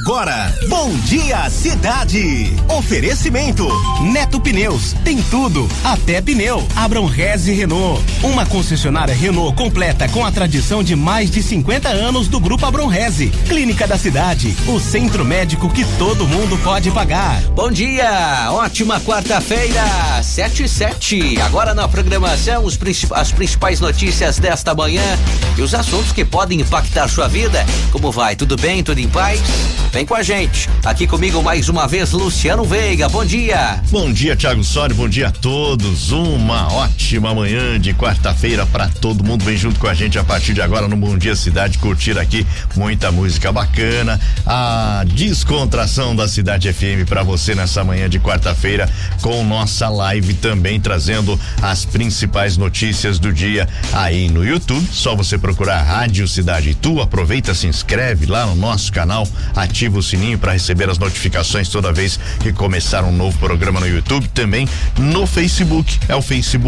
Agora, Bom Dia Cidade. Oferecimento Neto Pneus, tem tudo, até pneu. Abram-Reze Renault, uma concessionária Renault completa com a tradição de mais de 50 anos do Grupo Abram-Reze. Clínica da Cidade, o centro médico que todo mundo pode pagar. Bom dia, ótima quarta-feira, 7:07. Agora na programação, as principais notícias desta manhã e os assuntos que podem impactar sua vida. Como vai? Tudo bem? Tudo em paz? Vem com a gente. Aqui comigo mais uma vez, Luciano Veiga. Bom dia. Bom dia, Thiago Soares. Bom dia a todos. Uma ótima manhã de quarta-feira para todo mundo. Vem junto com a gente a partir de agora no Bom Dia Cidade, curtir aqui muita música bacana, a descontração da Cidade FM para você nessa manhã de quarta-feira, com nossa live também trazendo as principais notícias do dia aí no YouTube. Só você procurar Rádio Cidade Itu, aproveita, se inscreve lá no nosso canal, ativa o sininho para receber as notificações toda vez que começar um novo programa no YouTube. Também no Facebook, é o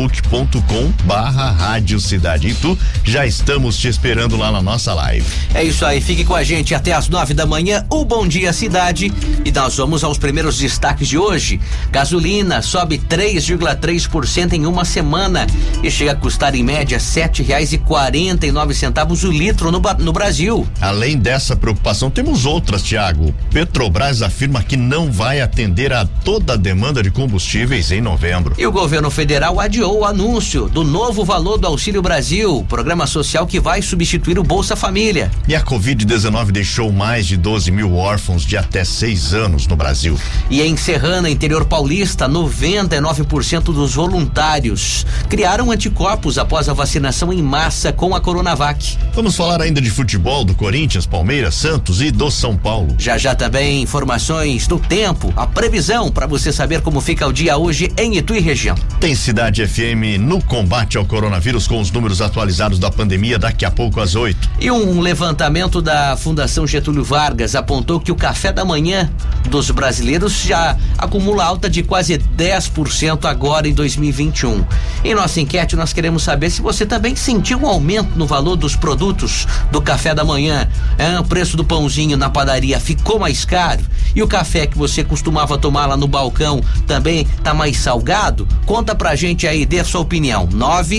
facebook.com/Rádio Cidade Itu. Já estamos te esperando lá na nossa live. É isso aí, fique com a gente até às 9 da manhã, o Bom Dia Cidade, e nós vamos aos primeiros destaques de hoje. Gasolina sobe 3,3% em uma semana e chega a custar em média R$7,49 o litro no Brasil. Além dessa preocupação, temos outras, Thiago. Petrobras afirma que não vai atender a toda a demanda de combustíveis em novembro. E o governo federal adiou o anúncio do novo valor do Auxílio Brasil, programa social que vai substituir o Bolsa Família. E a Covid-19 deixou mais de 12 mil órfãos de até 6 anos no Brasil. E em Serrana, interior paulista, 99% dos voluntários criaram anticorpos após a vacinação em massa com a Coronavac. Vamos falar ainda de futebol, do Corinthians, Palmeiras, Santos e do São Paulo. Já também informações do tempo, a previsão para você saber como fica o dia hoje em Itu e região. Tem Cidade FM no combate ao coronavírus com os números atualizados da pandemia daqui a pouco às 8. E um levantamento da Fundação Getúlio Vargas apontou que o café da manhã dos brasileiros já acumula alta de quase 10% agora em 2021. Em nossa enquete nós queremos saber se você também sentiu um aumento no valor dos produtos do café da manhã. O preço do pãozinho na padaria ficou mais caro e o café que você costumava tomar lá no balcão também tá mais salgado? Conta pra gente aí, dê a sua opinião.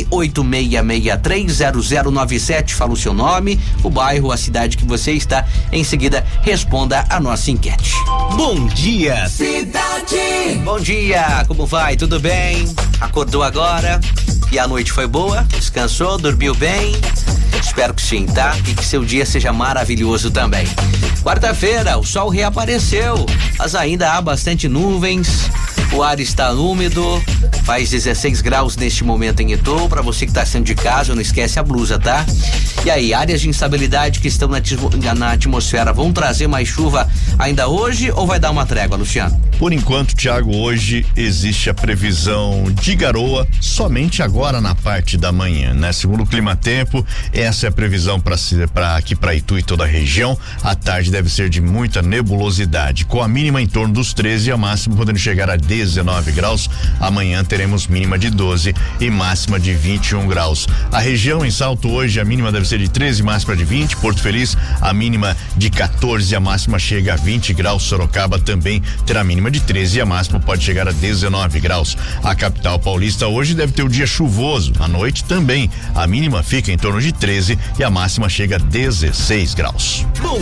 986630097, fala o seu nome, o bairro, a cidade que você está. Em seguida, responda a nossa enquete. Bom dia, Cidade! Bom dia, como vai? Tudo bem? Acordou agora? E a noite foi boa? Descansou? Dormiu bem? Espero que sim, tá? E que seu dia seja maravilhoso também. Quarta-feira, o sol reapareceu, mas ainda há bastante nuvens, o ar está úmido, faz 16 graus neste momento em Itu. Para você que está saindo de casa, não esquece a blusa, tá? E aí, áreas de instabilidade que estão na atmosfera vão trazer mais chuva ainda hoje ou vai dar uma trégua, Luciano? Por enquanto, Thiago, hoje existe a previsão de garoa somente agora na parte da manhã, né? Segundo o Climatempo, essa é a previsão para aqui para Itu e toda a região. À tarde deve ser de muita nebulosidade, com a mínima em torno dos 13 e a máxima podendo chegar a 19 graus. Amanhã teremos mínima de 12 e máxima de 21 graus. A região em Salto hoje a mínima deve ser de 13, máxima de 20. Porto Feliz a mínima de 14, a máxima chega a 20 graus. Sorocaba também terá a mínima de 13 e a máxima pode chegar a 19 graus. A capital paulista hoje deve ter o dia chuvoso. À noite também a mínima fica em torno de 13 e a máxima chega a 16 graus. Bom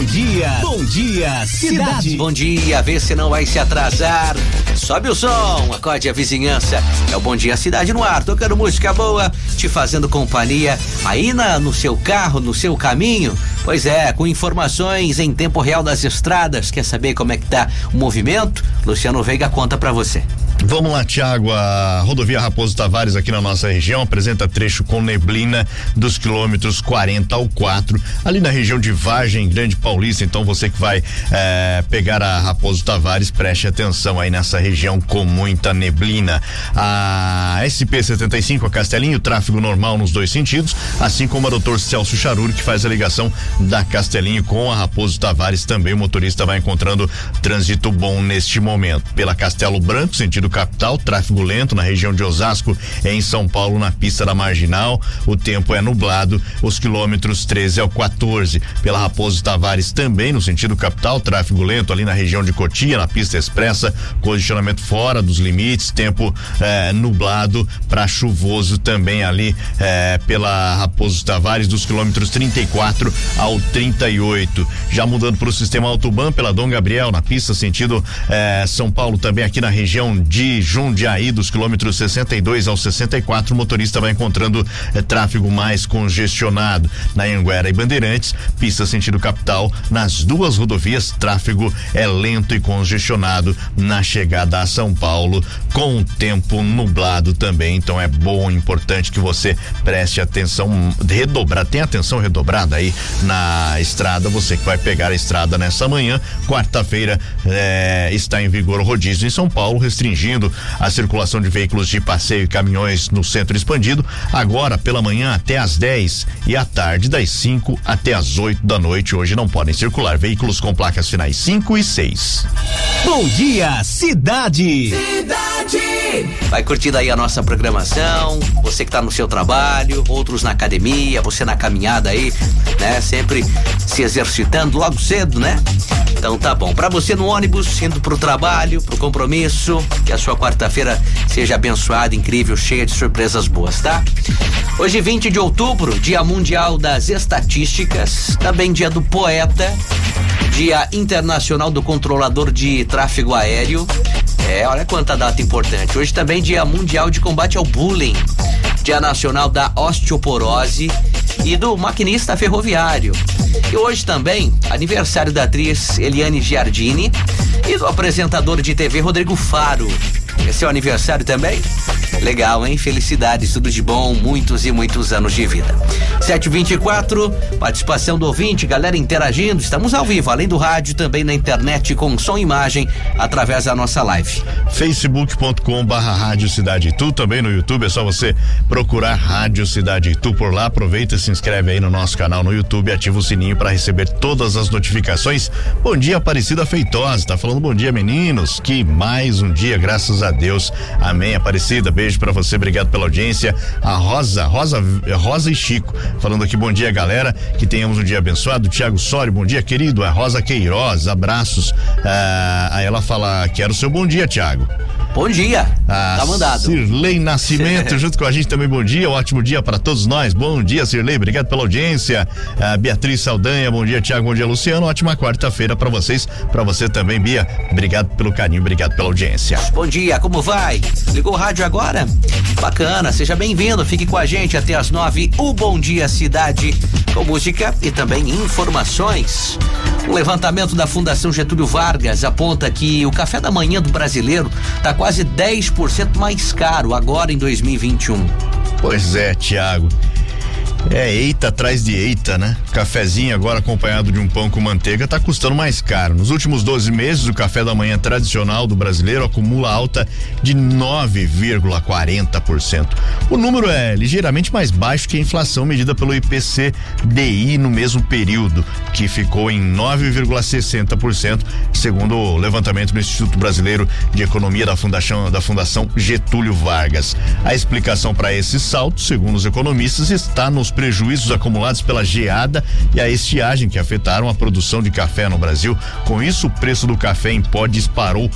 dia, Cidade. Bom dia, vê se não vai se atrasar. Sobe o som, acorde a vizinhança. É o Bom Dia Cidade no ar, tocando música boa, te fazendo companhia aí no seu carro, no seu caminho. Pois é, com informações em tempo real das estradas. Quer saber como é que tá o movimento? Luciano Veiga conta pra você. Vamos lá, Thiago. A rodovia Raposo Tavares aqui na nossa região apresenta trecho com neblina dos quilômetros 40 ao 4, ali na região de Vargem Grande Paulista. Então você que vai pegar a Raposo Tavares, preste atenção aí nessa região com muita neblina. A SP-75, a Castelinho, tráfego normal nos dois sentidos, assim como a Dr. Celso Charuri, que faz a ligação da Castelinho com a Raposo Tavares. Também o motorista vai encontrando trânsito bom neste momento. Pela Castelo Branco, sentido sentido capital, tráfego lento na região de Osasco, em São Paulo, na pista da Marginal. O tempo é nublado, os quilômetros 13 ao 14. Pela Raposo Tavares também no sentido capital, tráfego lento ali na região de Cotia, na pista expressa, condicionamento fora dos limites, tempo nublado para chuvoso também ali pela Raposo Tavares, dos quilômetros 34 ao 38. Já mudando para o sistema Autoban pela Dom Gabriel, na pista sentido São Paulo, também aqui na região de Jundiaí, dos quilômetros 62 ao 64, o motorista vai encontrando tráfego mais congestionado. Na Anhanguera e Bandeirantes, pista sentido capital, nas duas rodovias, tráfego é lento e congestionado na chegada a São Paulo, com o tempo nublado também. Então é bom, importante que você preste atenção redobrada, tenha atenção redobrada aí na estrada, você que vai pegar a estrada nessa manhã. Quarta-feira está em vigor o rodízio em São Paulo, restringindo a circulação de veículos de passeio e caminhões no centro expandido, agora pela manhã até às 10 e à tarde das 5 até às 8 da noite. Hoje não podem circular veículos com placas finais 5 e 6. Bom dia, cidade! Vai curtindo aí a nossa programação, você que tá no seu trabalho, outros na academia, você na caminhada aí, né? Sempre se exercitando logo cedo, né? Então tá bom. Pra você no ônibus, indo pro trabalho, pro compromisso, que a sua quarta-feira seja abençoada, incrível, cheia de surpresas boas, tá? Hoje, 20 de outubro, Dia Mundial das Estatísticas, também Dia do Poeta, Dia Internacional do Controlador de Tráfego Aéreo. Olha quanta data importante. Hoje também Dia Mundial de Combate ao Bullying, Dia Nacional da Osteoporose e do Maquinista Ferroviário. E hoje também aniversário da atriz Eliane Giardini e do apresentador de TV Rodrigo Faro. Esse é o aniversário também? Legal, hein? Felicidades, tudo de bom, muitos e muitos anos de vida. 7h24, participação do ouvinte, galera interagindo, estamos ao vivo, além do rádio, também na internet com som e imagem, através da nossa live. facebook.com/Rádio Cidade Itu, também no YouTube, é só você procurar Rádio Cidade Itu por lá. Aproveita e se inscreve aí no nosso canal no YouTube, ativa o sininho para receber todas as notificações. Bom dia, Aparecida Feitosa, tá falando bom dia, meninos, que mais um dia, graças a Deus, amém. Aparecida, beijo pra você, obrigado pela audiência. A Rosa e Chico falando aqui, bom dia, galera, que tenhamos um dia abençoado. Tiago Sori, bom dia, querido. A Rosa Queiroz, abraços. Aí ela fala, quero o seu bom dia, Tiago. Bom dia, tá mandado. Cirlei Nascimento junto com a gente também, bom dia, ótimo dia para todos nós. Bom dia, Cirlei, obrigado pela audiência. Beatriz Saldanha, bom dia, Tiago, bom dia, Luciano, ótima quarta-feira para vocês, para você também, Bia, obrigado pelo carinho, obrigado pela audiência. Bom dia, como vai? Ligou o rádio agora? Bacana, seja bem-vindo, fique com a gente até às 9, o Bom Dia Cidade, com música e também informações. Um levantamento da Fundação Getúlio Vargas aponta que o café da manhã do brasileiro tá quase 10% mais caro agora em 2021. Pois é, Tiago. Eita atrás de eita, né? Cafezinho agora acompanhado de um pão com manteiga tá custando mais caro. Nos últimos 12 meses, o café da manhã tradicional do brasileiro acumula alta de 9,40%. O número é ligeiramente mais baixo que a inflação medida pelo IPC-DI no mesmo período, que ficou em 9,60%, segundo o levantamento do Instituto Brasileiro de Economia da Fundação Getúlio Vargas. A explicação para esse salto, segundo os economistas, está nos prejuízos acumulados pela geada e a estiagem que afetaram a produção de café no Brasil. Com isso, o preço do café em pó disparou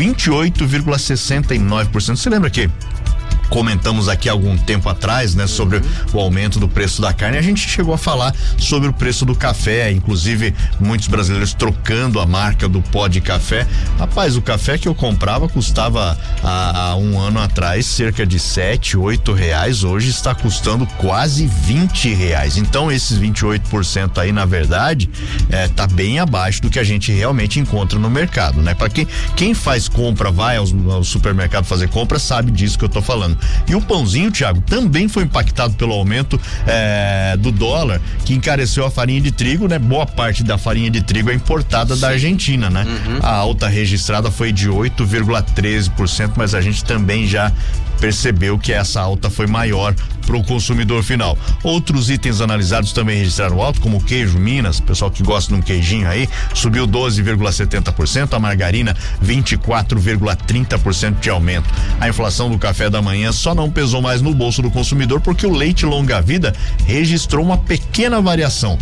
28,69%. Você lembra que comentamos aqui há algum tempo atrás, né, sobre o aumento do preço da carne? A gente chegou a falar sobre o preço do café, inclusive muitos brasileiros trocando a marca do pó de café. Rapaz, o café que eu comprava custava há um ano atrás cerca de R$7, R$8, hoje está custando quase R$20. Então esses 28% aí, na verdade, tá bem abaixo do que a gente realmente encontra no mercado, né? Para quem faz compra, vai ao supermercado fazer compra, sabe disso que eu tô falando. E o pãozinho, Thiago, também foi impactado pelo aumento do dólar, que encareceu a farinha de trigo, né? Boa parte da farinha de trigo é importada da Argentina, né? A alta registrada foi de 8,13%, mas a gente também já percebeu que essa alta foi maior para o consumidor final. Outros itens analisados também registraram alto, como o queijo Minas, pessoal que gosta de um queijinho aí, subiu 12,70%, a margarina 24,30% de aumento. A inflação do café da manhã só não pesou mais no bolso do consumidor porque o leite longa-vida registrou uma pequena variação,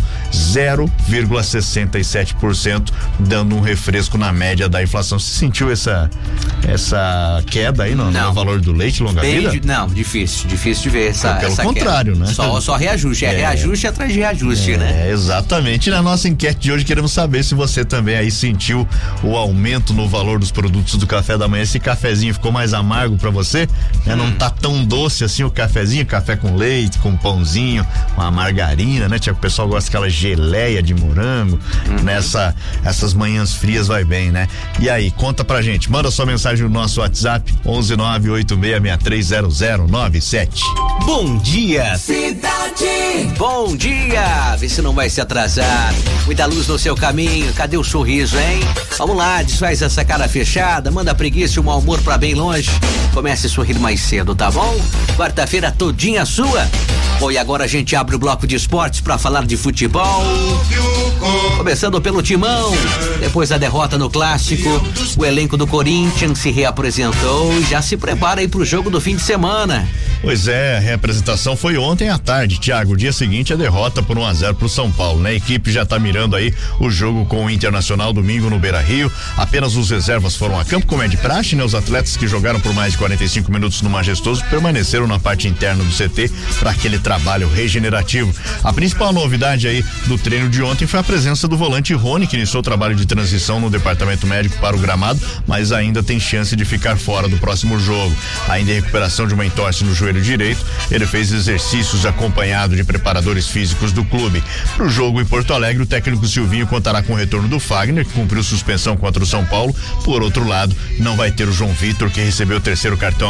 0,67%, dando um refresco na média da inflação. Você sentiu essa queda aí no valor do leite longa-vida? Não, difícil de ver pelo contrário, queda, né? Só reajuste, reajuste atrás de reajuste, né? Exatamente. Na nossa enquete de hoje queremos saber se você também aí sentiu o aumento no valor dos produtos do café da manhã. Esse cafezinho ficou mais amargo pra você, né? Não tá tão doce assim o cafezinho, café com leite, com pãozinho, com a margarina, né? O pessoal gosta daquela geleia de morango, essas manhãs frias vai bem, né? E aí, conta pra gente, manda sua mensagem no nosso WhatsApp 11986630097. Bom dia, cidade. Bom dia. Vê se não vai se atrasar. Muita luz no seu caminho. Cadê o sorriso, hein? Vamos lá, desfaz essa cara fechada, manda a preguiça e o mau humor pra bem longe. Comece a sorrir mais cedo, tá bom? Quarta-feira todinha sua. Bom, e agora a gente abre o bloco de esportes pra falar de futebol. Começando pelo Timão. Depois da derrota no clássico, o elenco do Corinthians se reapresentou e já se prepara aí pro jogo do fim de semana. Pois é, a reapresentação foi ontem à tarde, Thiago. O dia seguinte a derrota por 1-0 pro São Paulo, né? A equipe já tá mirando aí o jogo com o Internacional domingo no Beira-Rio. Apenas os reservas foram a campo, como é de praxe, né? Os atletas que jogaram por mais de 45 minutos no Majestoso permaneceram na parte interna do CT para aquele trabalho regenerativo. A principal novidade aí do treino de ontem foi a presença do volante Rony, que iniciou o trabalho de transição no departamento médico para o gramado, mas ainda tem chance de ficar fora do próximo jogo. Ainda em recuperação de uma entorse no joelho direito, ele fez exercícios acompanhado de preparadores físicos do clube. Pro jogo em Porto Alegre, o técnico Silvinho contará com o retorno do Fagner, que cumpriu suspensão contra o São Paulo. Por outro lado, não vai ter o João Vitor, que recebeu o terceiro cartão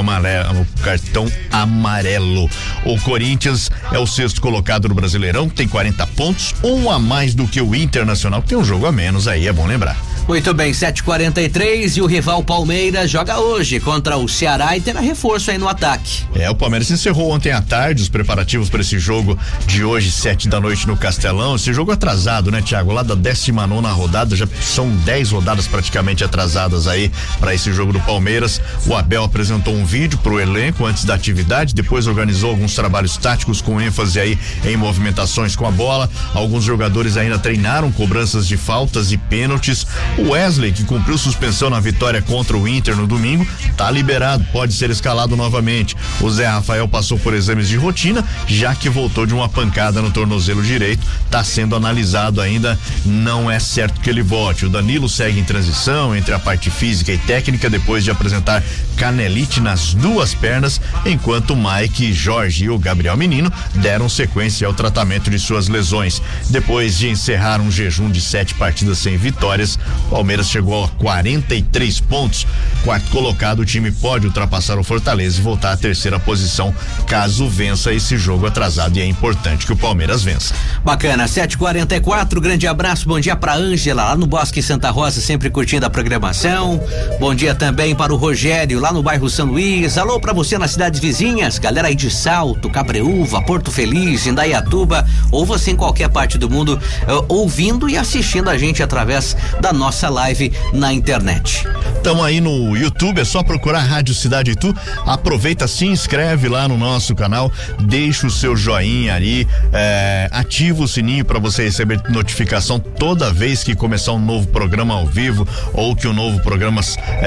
amarelo. O Corinthians é o sexto colocado no Brasileirão, tem 40 pontos, um a mais do que o Internacional, que tem um jogo a menos aí, é bom lembrar. Muito bem, 7h43 e o rival Palmeiras joga hoje contra o Ceará e terá reforço aí no ataque. O Palmeiras encerrou ontem à tarde os preparativos para esse jogo de hoje, 7 da noite no Castelão. Esse jogo atrasado, né, Thiago? Lá da 19ª rodada, já são 10 rodadas praticamente atrasadas aí para esse jogo do Palmeiras. O Abel apresentou um vídeo pro elenco antes da atividade, depois organizou alguns trabalhos táticos com ênfase aí em movimentações com a bola. Alguns jogadores ainda treinaram cobranças de faltas e pênaltis. O Wesley, que cumpriu suspensão na vitória contra o Inter no domingo, tá liberado, pode ser escalado novamente. O Zé Rafael passou por exames de rotina, já que voltou de uma pancada no tornozelo direito, tá sendo analisado ainda, não é certo que ele volte. O Danilo segue em transição entre a parte física e técnica depois de apresentar canelite nas duas pernas, enquanto o Mike, Jorge e o Gabriel Menino deram sequência ao tratamento de suas lesões. Depois de encerrar um jejum de 7 partidas sem vitórias, o Palmeiras chegou a 43 pontos. Quarto colocado, o time pode ultrapassar o Fortaleza e voltar à terceira posição caso vença esse jogo atrasado, e é importante que o Palmeiras vença. Bacana, 7h44, grande abraço, bom dia pra Ângela lá no Bosque Santa Rosa, sempre curtindo a programação. Bom dia também para o Rogério lá no bairro São Luís. Alô pra você nas cidades vizinhas, galera aí de Salto, Cabreúva, Porto Feliz, Indaiatuba, ou você em qualquer parte do mundo ouvindo e assistindo a gente através da nossa live na internet. Estamos aí no YouTube, é só procurar Rádio Cidade Itu. Aproveita, se inscreve lá no nosso canal, deixa o seu joinha ali, ativa o sininho para você receber notificação toda vez que começar um novo programa ao vivo ou que um novo programa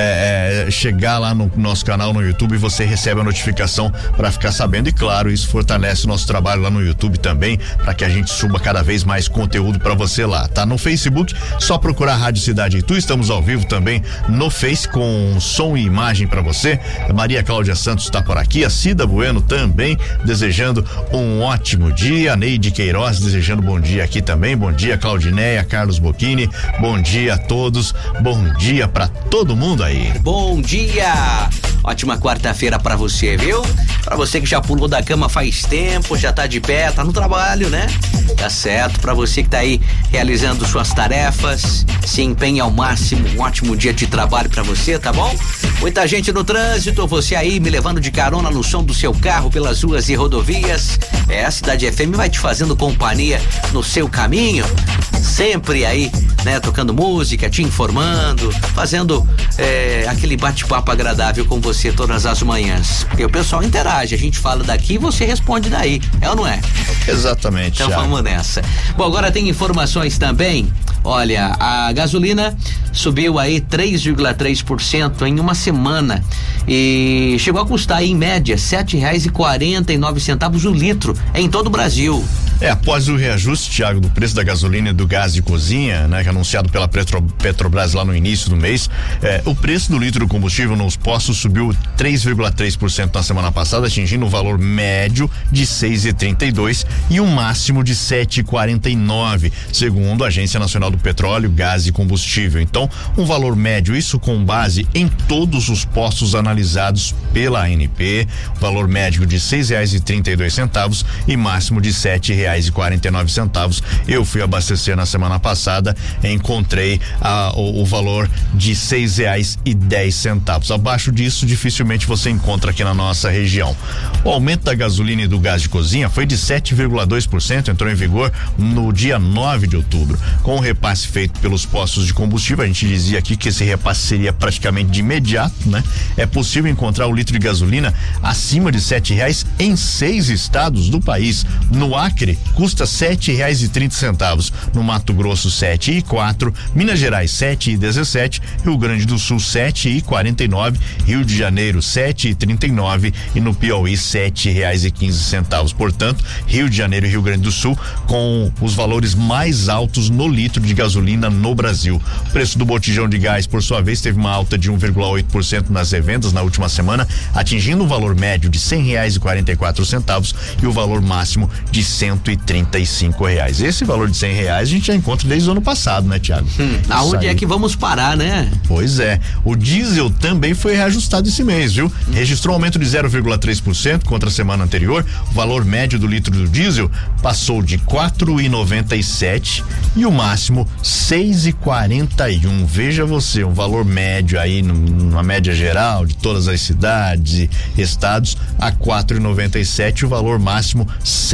chegar lá no nosso canal no YouTube, você recebe a notificação para ficar sabendo. E claro, isso fortalece o nosso trabalho lá no YouTube também, para que a gente suba cada vez mais conteúdo para você lá, tá? No Facebook, só procurar Rádio Cidade Itu. Estamos ao vivo também no Face com som e imagem para você. A Maria Cláudia Santos está por aqui, a Cida Bueno também desejando um ótimo dia, a Neide Queiroz desejando bom dia aqui também. Bom dia, Claudineia, Carlos Bocchini, bom dia a todos, bom dia para todo mundo aí. Bom dia. Ótima quarta-feira pra você, viu? Pra você que já pulou da cama faz tempo, já tá de pé, tá no trabalho, né? Tá certo. Pra você que tá aí realizando suas tarefas, se empenha ao máximo, um ótimo dia de trabalho pra você, tá bom? Muita gente no trânsito, você aí me levando de carona no som do seu carro pelas ruas e rodovias. A Cidade FM vai te fazendo companhia no seu caminho, sempre aí, né? Tocando música, te informando, fazendo aquele bate-papo agradável com você todas as manhãs. Porque o pessoal interage, a gente fala daqui e você responde daí, é ou não é? Exatamente. Então vamos nessa. Bom, agora tem informações também. Olha, a gasolina subiu aí 3,3% em uma semana e chegou a custar aí, em média R$7,49 o litro em todo o Brasil. Após o reajuste, Thiago, do preço da gasolina e do gás de cozinha, né, que é anunciado pela Petrobras lá no início do mês, o preço do litro do combustível nos postos subiu 3,3% na semana passada, atingindo um valor médio de R$6,32 e um máximo de R$7,49, segundo a Agência Nacional do Petróleo, Gás e Combustível. Então, um valor médio, isso com base em todos os postos analisados pela ANP, valor médio de R$6,32 e máximo de R$7,49. Eu fui abastecer na semana passada e encontrei o valor de R$6,10. Abaixo disso, dificilmente você encontra aqui na nossa região. O aumento da gasolina e do gás de cozinha foi de 7,2%, entrou em vigor no dia 9 de outubro. Com o repasse feito pelos postos de combustível, a gente dizia aqui que esse repasse seria praticamente de imediato, né? É possível encontrar o litro de gasolina acima de R$7 em 6 estados do país. No Acre, custa R$7,30, no Mato Grosso R$7,04, Minas Gerais R$7,17, Rio Grande do Sul R$7,49, Rio de Janeiro R$7,39 e no Piauí R$7,15. Portanto, Rio de Janeiro e Rio Grande do Sul com os valores mais altos no litro de gasolina no Brasil. O preço do botijão de gás, por sua vez, teve uma alta de 1,8% nas revendas na última semana, atingindo um valor médio de R$100,44 e o valor máximo de R$135. Esse valor de R$100 a gente já encontra desde o ano passado, né, Thiago? Aonde é que vamos parar, né? Pois é. O diesel também foi reajustado esse mês, viu? Registrou um aumento de 0,3% contra a semana anterior. O valor médio do litro do diesel passou de R$4,97 e o máximo R$6,41. Veja você, um valor médio aí, numa média geral de todas as cidades e estados, a R$4,97, o valor máximo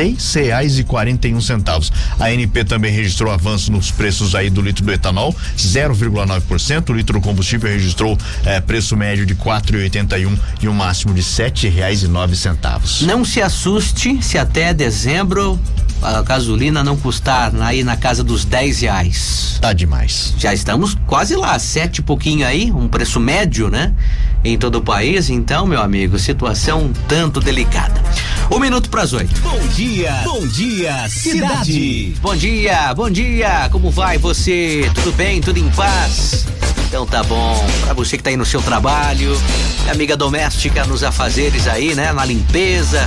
R$6,41. A ANP também registrou avanço nos preços aí do litro do etanol, 0,9%. O litro do combustível registrou preço médio de R$4,81 e o máximo de R$7,09. Não se assuste se até dezembro a gasolina não custar aí na casa dos R$10. Tá demais. Já estamos quase lá, 7 e pouquinho aí, um preço médio, né? Em todo o país, então, meu amigo, situação um tanto delicada. 7:01. Bom dia, cidade. Bom dia, como vai você? Tudo bem, tudo em paz? Então tá bom, pra você que tá aí no seu trabalho, amiga doméstica nos afazeres aí, né? Na limpeza.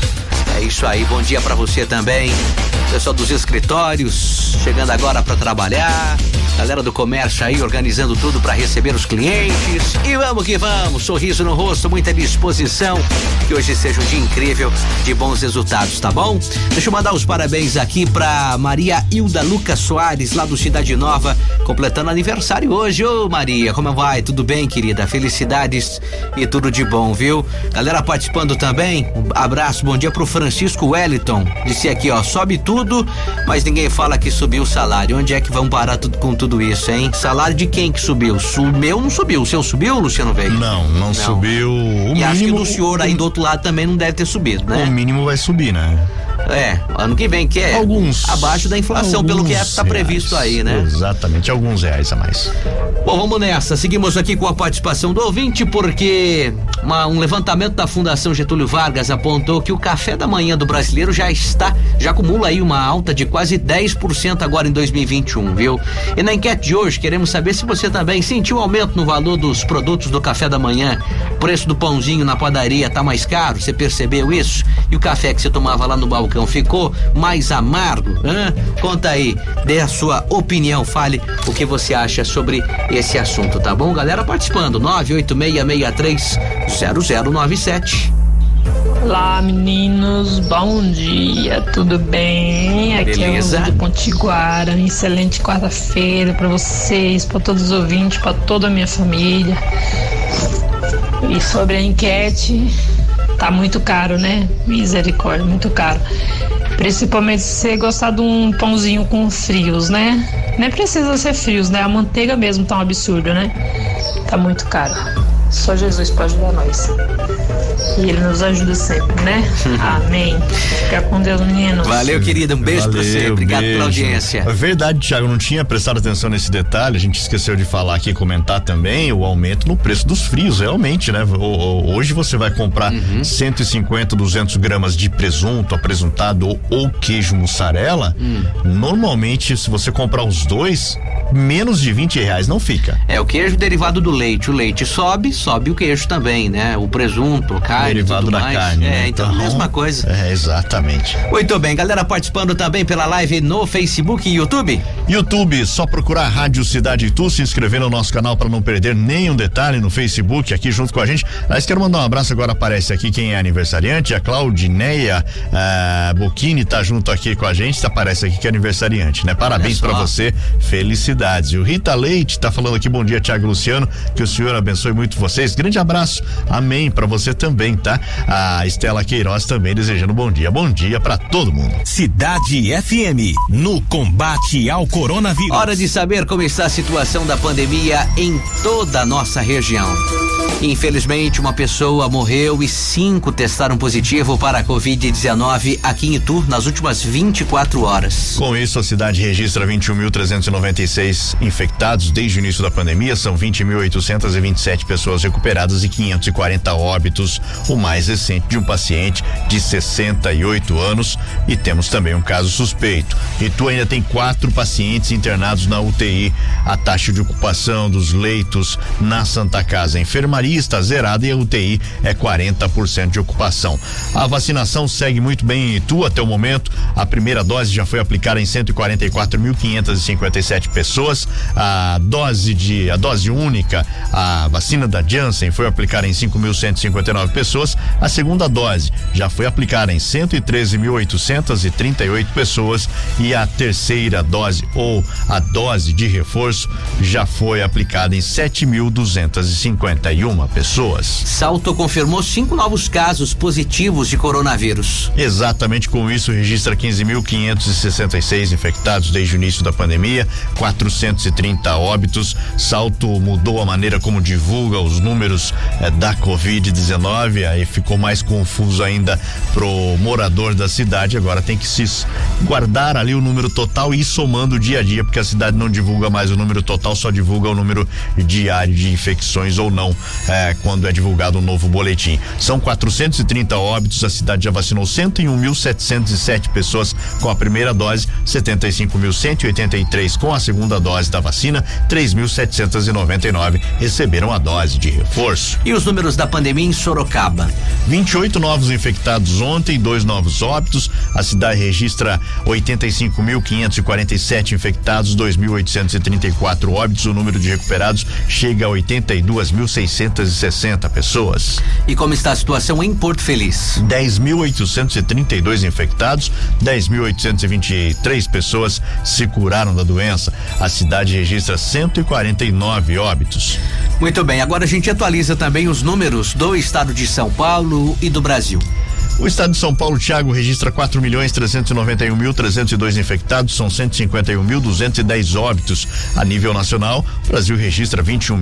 É isso aí, bom dia pra você também. Pessoal dos escritórios, chegando agora pra trabalhar. Galera do comércio aí organizando tudo pra receber os clientes. E vamos que vamos, sorriso no rosto, muita disposição. Que hoje seja um dia incrível de bons resultados, tá bom? Deixa eu mandar os parabéns aqui pra Maria Hilda Lucas Soares, lá do Cidade Nova, completando aniversário hoje. Ô Maria, como vai? Tudo bem, querida? Felicidades e tudo de bom, viu? Galera participando também, um abraço, bom dia pro Francisco Wellington. Disse aqui, ó, sobe tudo, mas ninguém fala que subiu o salário. Onde é que vão parar com tudo isso, hein? Salário de quem que subiu? O meu não subiu. O seu subiu, Luciano Veiga? Não subiu. O mínimo, acho que do senhor aí do outro lado também não deve ter subido, né? O mínimo vai subir, né? Ano que vem, que é abaixo da inflação, pelo que tá previsto aí, né? Exatamente, alguns reais a mais. Bom, vamos nessa, seguimos aqui com a participação do ouvinte, porque um levantamento da Fundação Getúlio Vargas apontou que o café da manhã do brasileiro já acumula aí uma alta de quase 10% agora em 2021, viu? E na enquete de hoje, queremos saber se você também sentiu aumento no valor dos produtos do café da manhã. O preço do pãozinho na padaria tá mais caro, você percebeu isso? E o café que você tomava lá no balcão ficou mais amargo? Conta aí, dê a sua opinião, fale o que você acha sobre esse assunto, tá bom? Galera participando, 0097. Olá, meninos, bom dia, tudo bem? Aqui Beleza. é o do Potiguara, excelente quarta-feira para vocês, para todos os ouvintes, para toda a minha família. E sobre a enquete, tá muito caro, né? Misericórdia, muito caro. Principalmente se você gostar de um pãozinho com frios, né? Nem precisa ser frios, né? A manteiga mesmo tá um absurdo, né? Tá muito caro. Só Jesus pode ajudar nós. E Ele nos ajuda sempre, né? Amém. Fica com Deus, meninos. Valeu, querida. Um beijo pra você. Obrigado pela audiência. É verdade, Thiago, eu não tinha prestado atenção nesse detalhe. A gente esqueceu de falar aqui, comentar também o aumento no preço dos frios, realmente, né? Hoje você vai comprar 150, 200 gramas de presunto, apresuntado ou queijo mussarela. Normalmente, se você comprar os dois, menos de R$20 não fica. É o queijo derivado do leite. O leite sobe o queijo também, né? O presunto, a carne, derivado tudo da mais. carne, né? Então, mesma coisa. É, exatamente. Muito bem, galera participando também pela live no Facebook e YouTube. YouTube, só procurar Rádio Cidade Itu, se inscrever no nosso canal para não perder nenhum detalhe no Facebook, aqui junto com a gente. Aliás, quero mandar um abraço, agora aparece aqui quem é aniversariante, a Claudineia Bocchini tá junto aqui com a gente, aparece aqui que é aniversariante, né? Parabéns para você, felicidades. E o Rita Leite tá falando aqui, bom dia, Thiago e Luciano, que o Senhor abençoe muito vocês, grande abraço, amém para você também, tá? A Estela Queiroz também desejando bom dia para todo mundo. Cidade FM, no combate ao coronavírus. Hora de saber como está a situação da pandemia em toda a nossa região. Infelizmente, uma pessoa morreu e 5 testaram positivo para a Covid-19 aqui em Itu nas últimas 24 horas. Com isso, a cidade registra 21.396 infectados desde o início da pandemia, são 20.827 pessoas recuperadas e 540 óbitos, o mais recente de um paciente de 68 anos, e temos também um caso suspeito. Itu ainda tem 4 pacientes internados na UTI. A taxa de ocupação dos leitos na Santa Casa Enfermaria está zerada e a UTI é 40% de ocupação. A vacinação segue muito bem em Itu até o momento. A primeira dose já foi aplicada em 144.557 pessoas. A dose única, a vacina da Janssen, foi aplicada em 5.159 pessoas. A segunda dose já foi aplicada em 113.838 pessoas e a terceira dose ou a dose de reforço já foi aplicada em 7.251 pessoas. Salto confirmou 5 novos casos positivos de coronavírus. Exatamente, com isso registra 15.566 infectados desde o início da pandemia, 430 óbitos. Salto mudou a maneira como divulga os números da Covid-19, aí ficou mais confuso ainda pro morador da cidade. Agora tem que se guardar ali o número total e ir somando dia a dia, porque a cidade não divulga mais o número total, só divulga o número diário de infecções ou não, quando é divulgado um novo boletim. São 430 óbitos, a cidade já vacinou 101.707 pessoas com a primeira dose, 75.183 com a segunda dose da vacina, 3.799 receberam a dose de reforço. E os números da pandemia em Sorocaba? 28 novos infectados ontem, 2 novos óbitos. A cidade registra 85.547 infectados, 2.834 óbitos. O número de recuperados chega a 82.660 pessoas. E como está a situação em Porto Feliz? 10.832 infectados, 10.823 pessoas se curaram da doença. A cidade registra 149 óbitos. Muito bem, agora a gente atualiza também os números do estado de São Paulo e do Brasil. O estado de São Paulo, Thiago, registra 4.391.302 infectados, são 151.210 óbitos. A nível nacional, o Brasil registra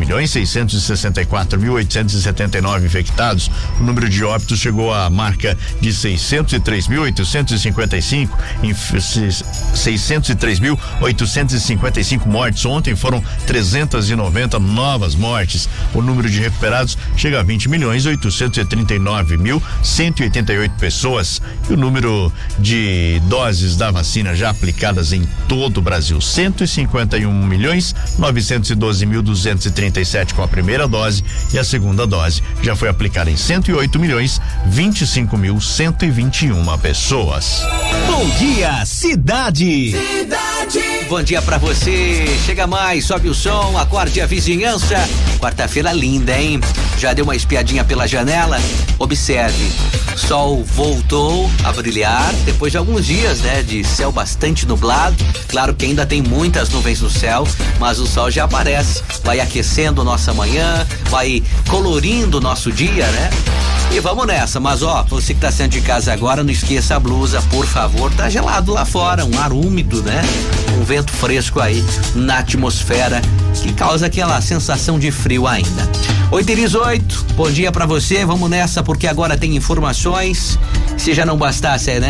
21.664.879 infectados. O número de óbitos chegou à marca de 603.855, 603.855 mortes. Ontem foram 390 novas mortes. O número de recuperados chega a 20.839.188 pessoas, e o número de doses da vacina já aplicadas em todo o Brasil, 151.912.237 com a primeira dose, e a segunda dose já foi aplicada em 108.025.121 pessoas. Bom dia, cidade. Bom dia pra você. Chega mais, sobe o som, acorde a vizinhança. Quarta-feira linda, hein? Já deu uma espiadinha pela janela? Observe, sol voltou a brilhar depois de alguns dias, né, de céu bastante nublado. Claro que ainda tem muitas nuvens no céu, mas o sol já aparece, vai aquecendo nossa manhã, vai colorindo o nosso dia, né? E vamos nessa, mas você que tá saindo de casa agora, não esqueça a blusa, por favor, tá gelado lá fora, um ar úmido, né? Um vento fresco aí na atmosfera que causa aquela sensação de frio ainda. 8h18, bom dia pra você, vamos nessa porque agora tem informações. Se já não bastasse, né,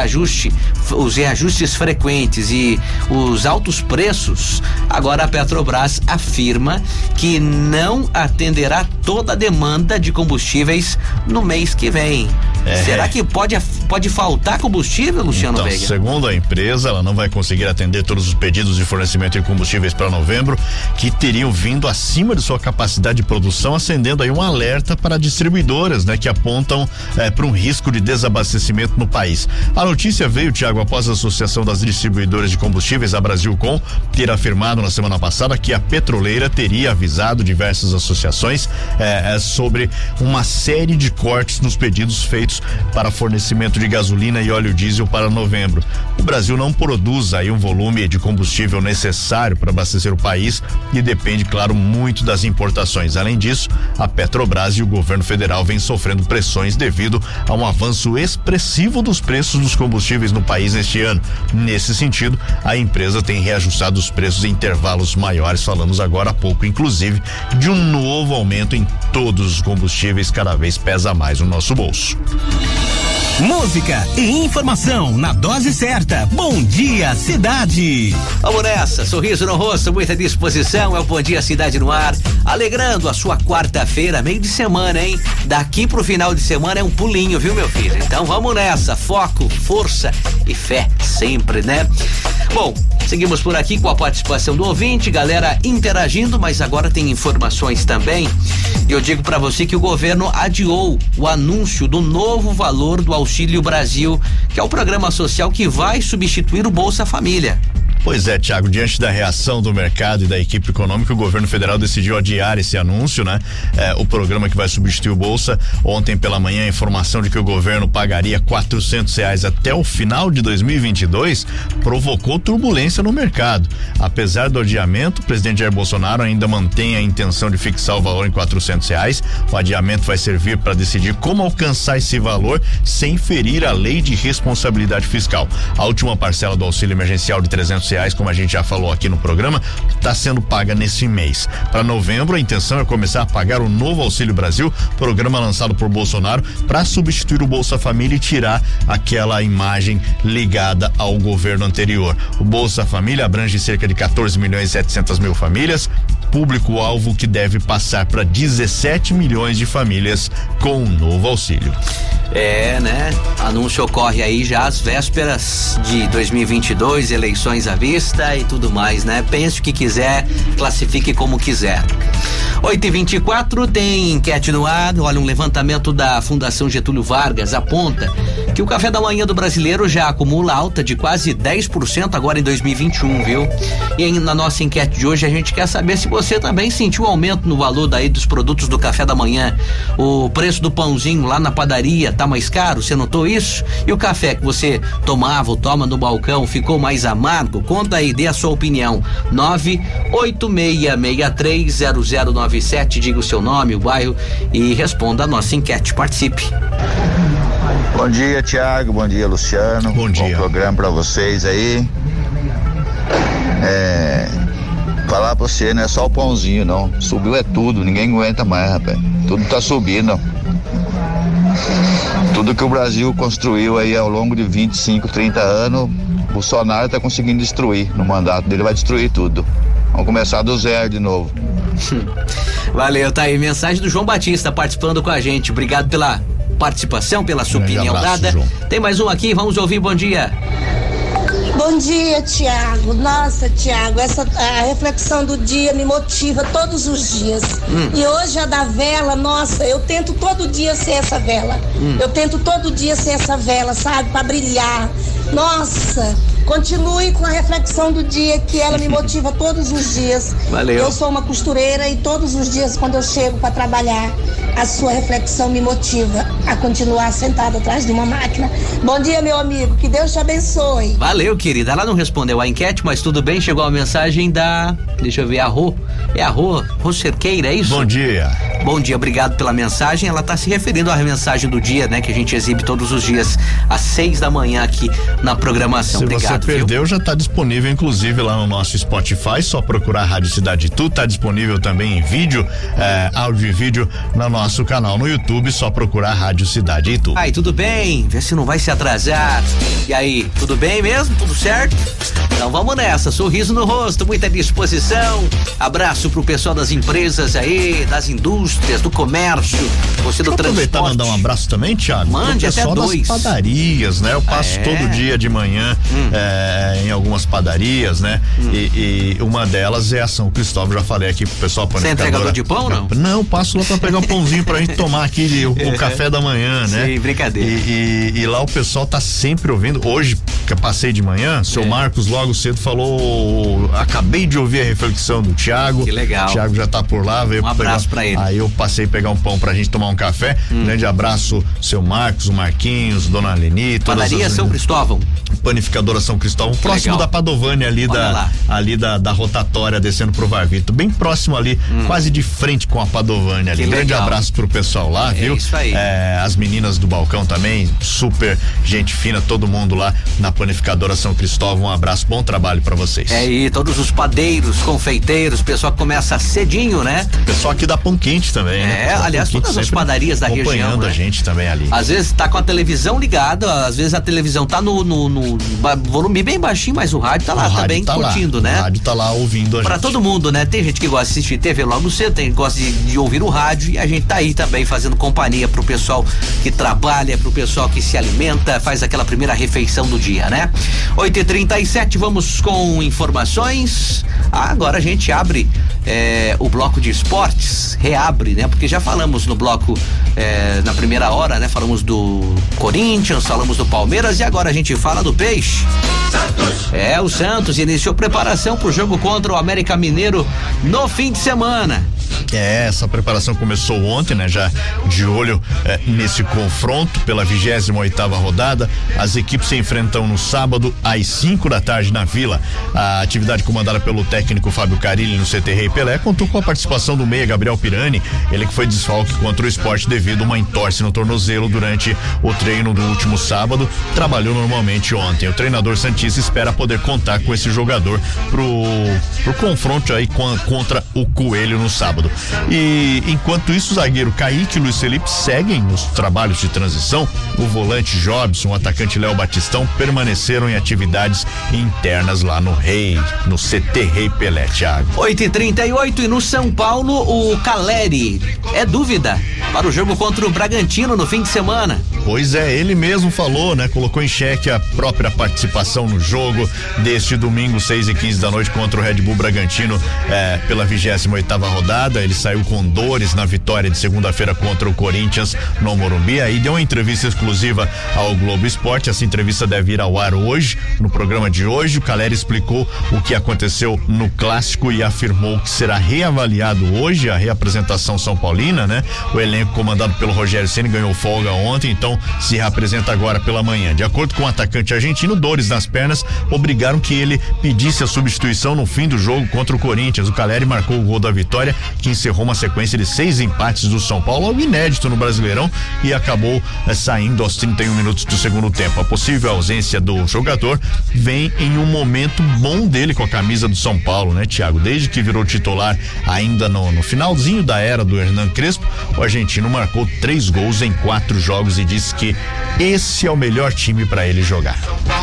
os reajustes frequentes e os altos preços, agora a Petrobras afirma que não atenderá toda a demanda de combustíveis no mês que vem. Será que pode faltar combustível, Luciano Veiga? Segundo a empresa, ela não vai conseguir atender todos os pedidos de fornecimento de combustíveis para novembro, que teriam vindo acima de sua capacidade de produção, acendendo aí um alerta para distribuidoras, né, que apontam para um risco de desabastecimento no país. A notícia veio, Tiago, após a Associação das Distribuidoras de Combustíveis, a Brasilcom, ter afirmado na semana passada que a petroleira teria avisado diversas associações sobre uma série de cortes nos pedidos feitos para fornecimento de gasolina e óleo diesel para novembro. O Brasil não produz aí um volume de combustível necessário para abastecer o país e depende, claro, muito das importações. Além disso, a Petrobras e o governo federal vêm sofrendo pressões devido a um avanço expressivo dos preços dos combustíveis no país neste ano. Nesse sentido, a empresa tem reajustado os preços em intervalos maiores. Falamos agora há pouco, inclusive, de um novo aumento em todos os combustíveis, cada vez pesa mais no nosso bolso. Música e informação na dose certa. Bom dia, cidade. Vamos nessa, sorriso no rosto, muita disposição, é o Bom Dia Cidade no ar, alegrando a sua quarta-feira, meio de semana, hein? Daqui pro final de semana é um pulinho, viu, meu filho? Então vamos nessa, foco, força e fé sempre, né? Bom, seguimos por aqui com a participação do ouvinte, galera interagindo, mas agora tem informações também. E eu digo pra você que o governo adiou o anúncio do novo valor do Auxílio Brasil, que é o programa social que vai substituir o Bolsa Família. Pois é, Tiago, diante da reação do mercado e da equipe econômica, o governo federal decidiu adiar esse anúncio, né? O programa que vai substituir o Bolsa. Ontem pela manhã, a informação de que o governo pagaria R$400 até o final de 2022 provocou turbulência no mercado. Apesar do adiamento, o presidente Jair Bolsonaro ainda mantém a intenção de fixar o valor em R$400. O adiamento vai servir para decidir como alcançar esse valor sem ferir a lei de responsabilidade fiscal. A última parcela do auxílio emergencial de R$300, como a gente já falou aqui no programa, está sendo paga nesse mês. Para novembro, a intenção é começar a pagar o novo Auxílio Brasil, programa lançado por Bolsonaro para substituir o Bolsa Família e tirar aquela imagem ligada ao governo anterior. O Bolsa Família abrange cerca de 14.700.000 famílias, público-alvo que deve passar para 17 milhões de famílias com o novo auxílio. Né? Anúncio ocorre aí já às vésperas de 2022, eleições à vista e tudo mais, né? Pense o que quiser, classifique como quiser. 8h24, tem enquete no ar. Olha, um levantamento da Fundação Getúlio Vargas aponta que o café da manhã do brasileiro já acumula alta de quase 10% agora em 2021, viu? E na nossa enquete de hoje a gente quer saber se você também sentiu aumento no valor daí dos produtos do café da manhã. O preço do pãozinho lá na padaria tá mais caro, você notou isso? E o café que você tomava ou toma no balcão ficou mais amargo? Conta aí, dê a sua opinião. 986630097, diga o seu nome, o bairro e responda a nossa enquete. Participe. Bom dia, Tiago, bom dia, Luciano. Bom dia. Bom programa pra vocês aí. Falar pra você, não é só o pãozinho, não. Subiu é tudo, ninguém aguenta mais, rapaz. Tudo tá subindo. Tudo que o Brasil construiu aí ao longo de 25, 30 anos, o Bolsonaro tá conseguindo destruir. No mandato dele vai destruir tudo. Vamos começar do zero de novo. Valeu, tá aí. Mensagem do João Batista participando com a gente. Obrigado pela participação, pela sua opinião dada. João. Tem mais um aqui, vamos ouvir. Bom dia. Bom dia, Tiago. Nossa, Tiago, a reflexão do dia me motiva todos os dias. E hoje a da vela, nossa, eu tento todo dia ser essa vela. Eu tento todo dia ser essa vela, sabe? Pra brilhar. Nossa, Continue com a reflexão do dia, que ela me motiva todos os dias. Valeu. Eu sou uma costureira e todos os dias, quando eu chego para trabalhar, a sua reflexão me motiva a continuar sentada atrás de uma máquina. Bom dia, meu amigo, que Deus te abençoe. Valeu, querida. Ela não respondeu a enquete, mas tudo bem. Chegou a mensagem da... Deixa eu ver, a Rô. É a Rô Cerqueira, é isso? Bom dia. Bom dia, obrigado pela mensagem. Ela está se referindo à mensagem do dia, né? Que a gente exibe todos os dias às 6 da manhã aqui na programação. Se obrigado, você perdeu, viu? já está disponível, inclusive, lá no nosso Spotify. Só procurar a Rádio Cidade Itu. Está disponível também em vídeo, áudio e vídeo no nosso canal no YouTube. Só procurar a Rádio Cidade Itu. Ai, tudo bem? Vê se não vai se atrasar. E aí, tudo bem mesmo? Tudo certo? Então vamos nessa, sorriso no rosto, muita disposição. Abraço pro pessoal das empresas aí, das indústrias, do comércio, você do transporte. Aproveitar e mandar um abraço também, Thiago. Mande até dois. Das padarias, né? Eu passo todo dia de manhã em algumas padarias, né? E uma delas é a São Cristóvão, já falei aqui pro pessoal. Você é entregador de pão, não? Não, passo lá pra pegar um pãozinho pra gente tomar aqui o café da manhã, né? Sim, brincadeira. E lá o pessoal tá sempre ouvindo. Hoje, que eu passei de manhã, seu Marcos logo cedo falou, acabei de ouvir a reflexão do Thiago. Que legal. O Thiago já tá por lá, veio um abraço pra ele. Aí eu passei a pegar um pão pra gente tomar um café. Grande abraço, seu Marcos, o Marquinhos, dona Leni, Padaria São Cristóvão. Panificadora São Cristóvão, próximo da Padovani, ali da rotatória, descendo pro Varvito, bem próximo ali, quase de frente com a Padovani ali. Grande abraço pro pessoal lá, viu? Isso aí. As meninas do balcão também, super gente fina, todo mundo lá na Panificadora São Cristóvão, um abraço, bom trabalho pra vocês. E todos os padeiros, confeiteiros, pessoal que começa cedinho, né? Pessoal aqui da Pão Quente também, né? Aliás, todas as padarias da região, acompanhando né? a gente também ali. Às vezes tá com a televisão ligada, às vezes a televisão tá no volume bem baixinho, mas o rádio tá lá também curtindo, né? O rádio tá lá ouvindo a gente. Pra todo mundo, né? Tem gente que gosta de assistir TV logo cedo, tem gente que gosta de ouvir o rádio, e a gente tá aí também fazendo companhia pro pessoal que trabalha, pro pessoal que se alimenta, faz aquela primeira refeição do dia, né? 8h37, vamos com informações. Agora a gente abre o bloco de esportes, reabre, né? Porque já falamos no bloco na primeira hora, né? Falamos do Corinthians, falamos do Palmeiras, e agora a gente fala do Peixe. O Santos iniciou preparação pro jogo contra o América Mineiro no fim de semana. Essa preparação começou ontem, né? Já de olho nesse confronto pela 28ª rodada. As equipes se enfrentam no sábado às 5 da tarde na Vila. A atividade comandada pelo técnico Fábio Carilli no CT Rei Pelé contou com a participação do meia Gabriel Pirani, ele que foi desfalque contra o Sport devido a uma entorse no tornozelo durante o treino do último sábado. Trabalhou normalmente ontem. O treinador santista espera poder contar com esse jogador pro confronto aí contra o Coelho no sábado. E enquanto isso, o zagueiro Kaique e Luiz Felipe seguem nos trabalhos de transição. O volante Jobson, o atacante Léo Batistão permaneceram em atividades internas lá no CT Rei Pelé, Thiago. 8h38, e no São Paulo, o Caleri é dúvida para o jogo contra o Bragantino no fim de semana. Pois é, ele mesmo falou, né? Colocou em xeque a própria participação no jogo deste domingo, 6h15 da noite, contra o Red Bull Bragantino, pela 28ª rodada. Ele saiu com dores na vitória de segunda-feira contra o Corinthians no Morumbi. Aí deu uma entrevista exclusiva ao Globo Esporte. Essa entrevista deve ir ao ar hoje, no programa de hoje. O Caleri explicou o que aconteceu no clássico e afirmou que será reavaliado hoje a reapresentação são paulina, né? O elenco comandado pelo Rogério Ceni ganhou folga ontem, então se reapresenta agora pela manhã. De acordo com o atacante argentino, dores nas pernas obrigaram que ele pedisse a substituição no fim do jogo contra o Corinthians. O Caleri marcou o gol da vitória, que encerrou uma sequência de 6 empates do São Paulo, algo inédito no Brasileirão, e acabou saindo aos 31 minutos do segundo tempo. A possível ausência do jogador vem em um momento bom dele com a camisa do São Paulo, né, Thiago? Desde que virou titular ainda no finalzinho da era do Hernan Crespo, o argentino marcou 3 gols em 4 jogos e disse que esse é o melhor time para ele jogar.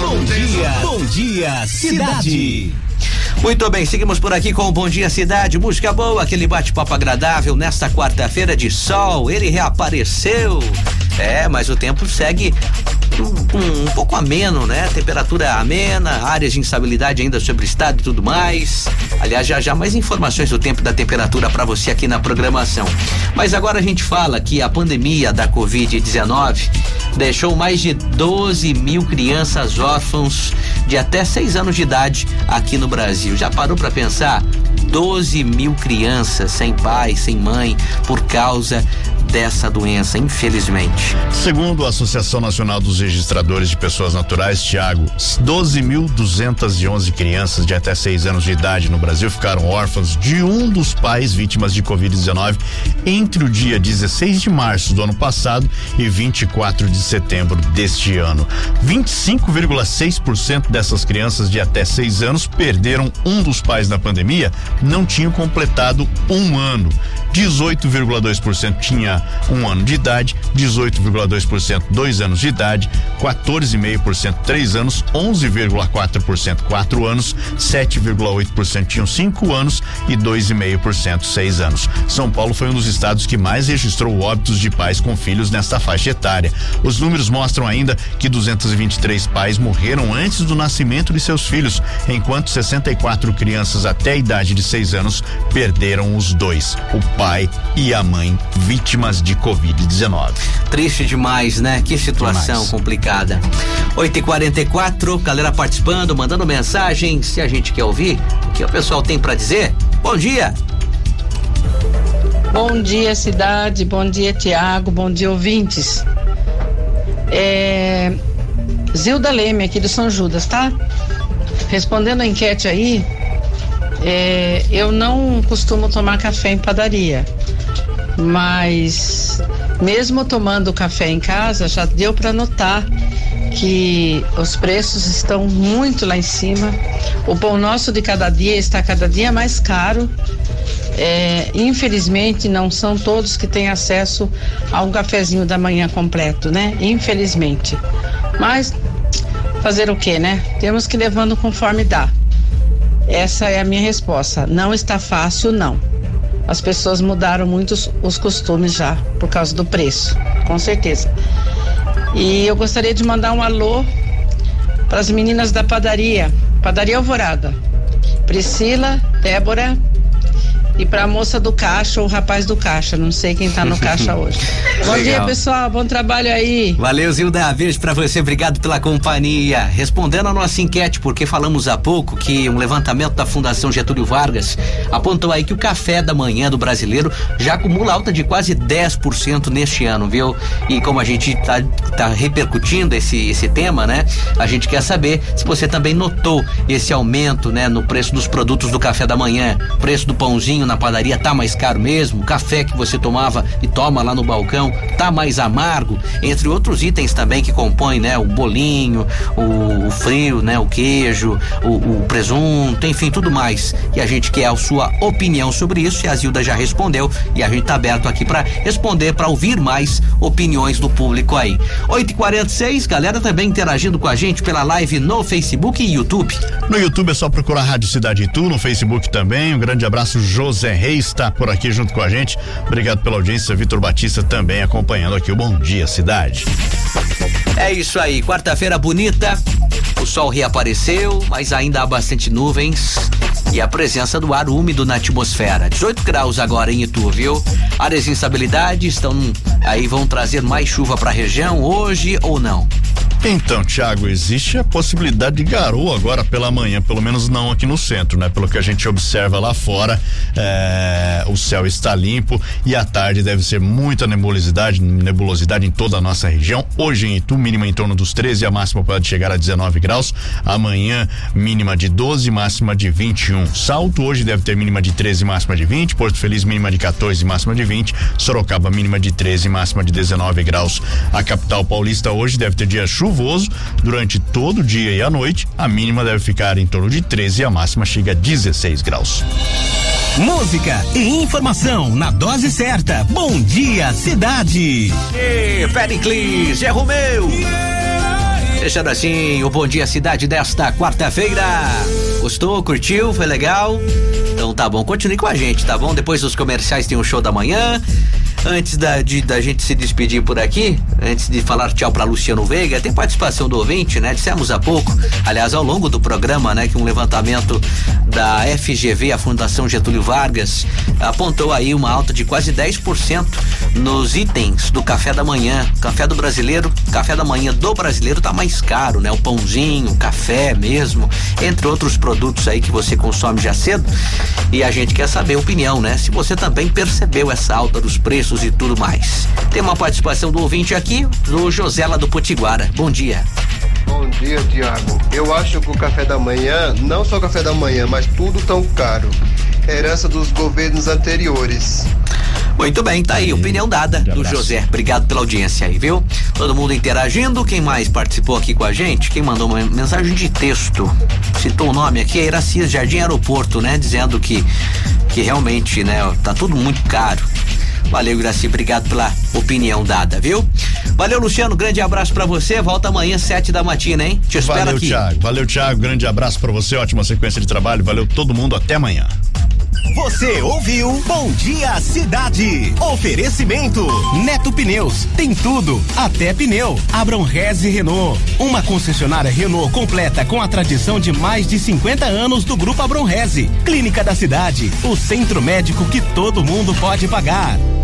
Bom dia, cidade. Muito bem, seguimos por aqui com o Bom Dia Cidade, música boa, aquele bate-papo agradável nesta quarta-feira de sol. Ele reapareceu, Mas o tempo segue um pouco ameno, né? Temperatura amena, áreas de instabilidade ainda sobre o estado e tudo mais. Aliás, já mais informações do tempo e da temperatura para você aqui na programação. Mas agora a gente fala que a pandemia da Covid-19 deixou mais de 12 mil crianças órfãos de até 6 anos de idade aqui no Brasil. Já parou para pensar? 12 mil crianças sem pai, sem mãe, por causa dessa doença, infelizmente. Segundo a Associação Nacional dos Registradores de Pessoas Naturais, Tiago, 12.211 crianças de até 6 anos de idade no Brasil ficaram órfãs de um dos pais vítimas de Covid-19 entre o dia 16 de março do ano passado e 24 de setembro deste ano. 25,6% dessas crianças de até 6 anos perderam um dos pais na pandemia, não tinham completado um ano. 18,2% tinha 1 ano de idade, 18,2% 2 anos de idade, 14,5% 3 anos, 11,4% 4 anos, 7,8% tinham 5 anos e 2,5% 6 anos. São Paulo foi um dos estados que mais registrou óbitos de pais com filhos nesta faixa etária. Os números mostram ainda que 223 pais morreram antes do nascimento de seus filhos, enquanto 64 crianças até a idade de 6 anos perderam os dois, o pai e a mãe, vítimas de Covid-19. Triste demais, né? Que situação complicada. 8h44, galera participando, mandando mensagem. Se a gente quer ouvir o que o pessoal tem pra dizer, bom dia. Bom dia, cidade, bom dia, Tiago, bom dia, ouvintes. Zilda Leme, aqui do São Judas, tá? Respondendo a enquete aí, eu não costumo tomar café em padaria, mas mesmo tomando café em casa, já deu para notar que os preços estão muito lá em cima. O pão nosso de cada dia está cada dia mais caro. Infelizmente não são todos que têm acesso a um cafezinho da manhã completo, né? Infelizmente. Mas fazer o quê, né? Temos que ir levando conforme dá. Essa é a minha resposta. Não está fácil, não. As pessoas mudaram muito os costumes já, por causa do preço, com certeza. E eu gostaria de mandar um alô para as meninas da Padaria Alvorada, Priscila, Débora, e para a moça do caixa ou o rapaz do caixa, não sei quem tá no caixa hoje. Bom dia, pessoal, bom trabalho aí. Valeu, Zilda, beijo pra você, obrigado pela companhia. Respondendo a nossa enquete, porque falamos há pouco que um levantamento da Fundação Getúlio Vargas apontou aí que o café da manhã do brasileiro já acumula alta de quase 10% neste ano, viu? E como a gente tá repercutindo esse tema, né? A gente quer saber se você também notou esse aumento, né, no preço dos produtos do café da manhã, preço do pãozinho na padaria tá mais caro mesmo, o café que você tomava e toma lá no balcão tá mais amargo, entre outros itens também que compõem, né, o bolinho, o frio, né, o queijo, o presunto, enfim, tudo mais. E a gente quer a sua opinião sobre isso, e a Zilda já respondeu, e a gente tá aberto aqui para responder, para ouvir mais opiniões do público aí. 8h46, galera também interagindo com a gente pela live no Facebook e YouTube. No YouTube é só procurar Rádio Cidade Itu, no Facebook também. Um grande abraço, José Reis está por aqui junto com a gente. Obrigado pela audiência, Vitor Batista também acompanhando aqui o Bom Dia Cidade. É isso aí, quarta-feira bonita, o sol reapareceu, mas ainda há bastante nuvens e a presença do ar úmido na atmosfera. 18 graus agora em Itu, viu? Áreas de instabilidade vão trazer mais chuva para a região hoje ou não? Então, Tiago, existe a possibilidade de garoa agora pela manhã, pelo menos não aqui no centro, né? Pelo que a gente observa lá fora, o céu está limpo e à tarde deve ser muita nebulosidade em toda a nossa região. Hoje em Itu, mínima em torno dos 13, a máxima pode chegar a 19 graus. Amanhã, mínima de 12, máxima de 21. Salto hoje deve ter mínima de 13, máxima de 20. Porto Feliz, mínima de 14, máxima de 20. Sorocaba, mínima de 13, máxima de 19 graus. A capital paulista hoje deve ter dia chuvoso durante todo o dia e a noite. A mínima deve ficar em torno de 13 e a máxima chega a 16 graus. Música e informação na dose certa. Bom Dia Cidade. Pericles, Zé Romeu. Fechando assim o Bom Dia Cidade desta quarta-feira. Gostou? Curtiu? Foi legal? Então tá bom, continue com a gente, tá bom? Depois dos comerciais tem um show da manhã. Antes da gente se despedir por aqui, antes de falar tchau pra Luciano Veiga, tem participação do ouvinte, né? Dissemos há pouco, aliás, ao longo do programa, né? Que um levantamento da FGV, a Fundação Getúlio Vargas, apontou aí uma alta de quase 10% nos itens do café da manhã. Café da manhã do brasileiro tá mais caro, né? O pãozinho, o café mesmo, entre outros produtos aí que você consome já cedo. E a gente quer saber a opinião, né? Se você também percebeu essa alta dos preços e tudo mais. Tem uma participação do ouvinte aqui, do José lá do Potiguara. Bom dia. Bom dia, Tiago. Eu acho que o café da manhã, não só o café da manhã, mas tudo tão caro. Herança dos governos anteriores. Muito bem, tá aí, opinião dada do José. Obrigado pela audiência aí, viu? Todo mundo interagindo. Quem mais participou aqui com a gente? Quem mandou uma mensagem de texto? Citou o nome aqui, é Iracias Jardim Aeroporto, né? Dizendo que realmente, né? Tá tudo muito caro. Valeu, Iraci, obrigado pela opinião dada, viu? Valeu, Luciano, grande abraço pra você, volta amanhã 7h, hein? Te espero aqui. Valeu, Thiago, grande abraço pra você, ótima sequência de trabalho, valeu todo mundo, até amanhã. Você ouviu Bom Dia Cidade. Oferecimento Neto Pneus, tem tudo, até pneu. Abram Reze Renault, uma concessionária Renault completa com a tradição de mais de 50 anos do Grupo Abram Reze. Clínica da Cidade, o centro médico que todo mundo pode pagar.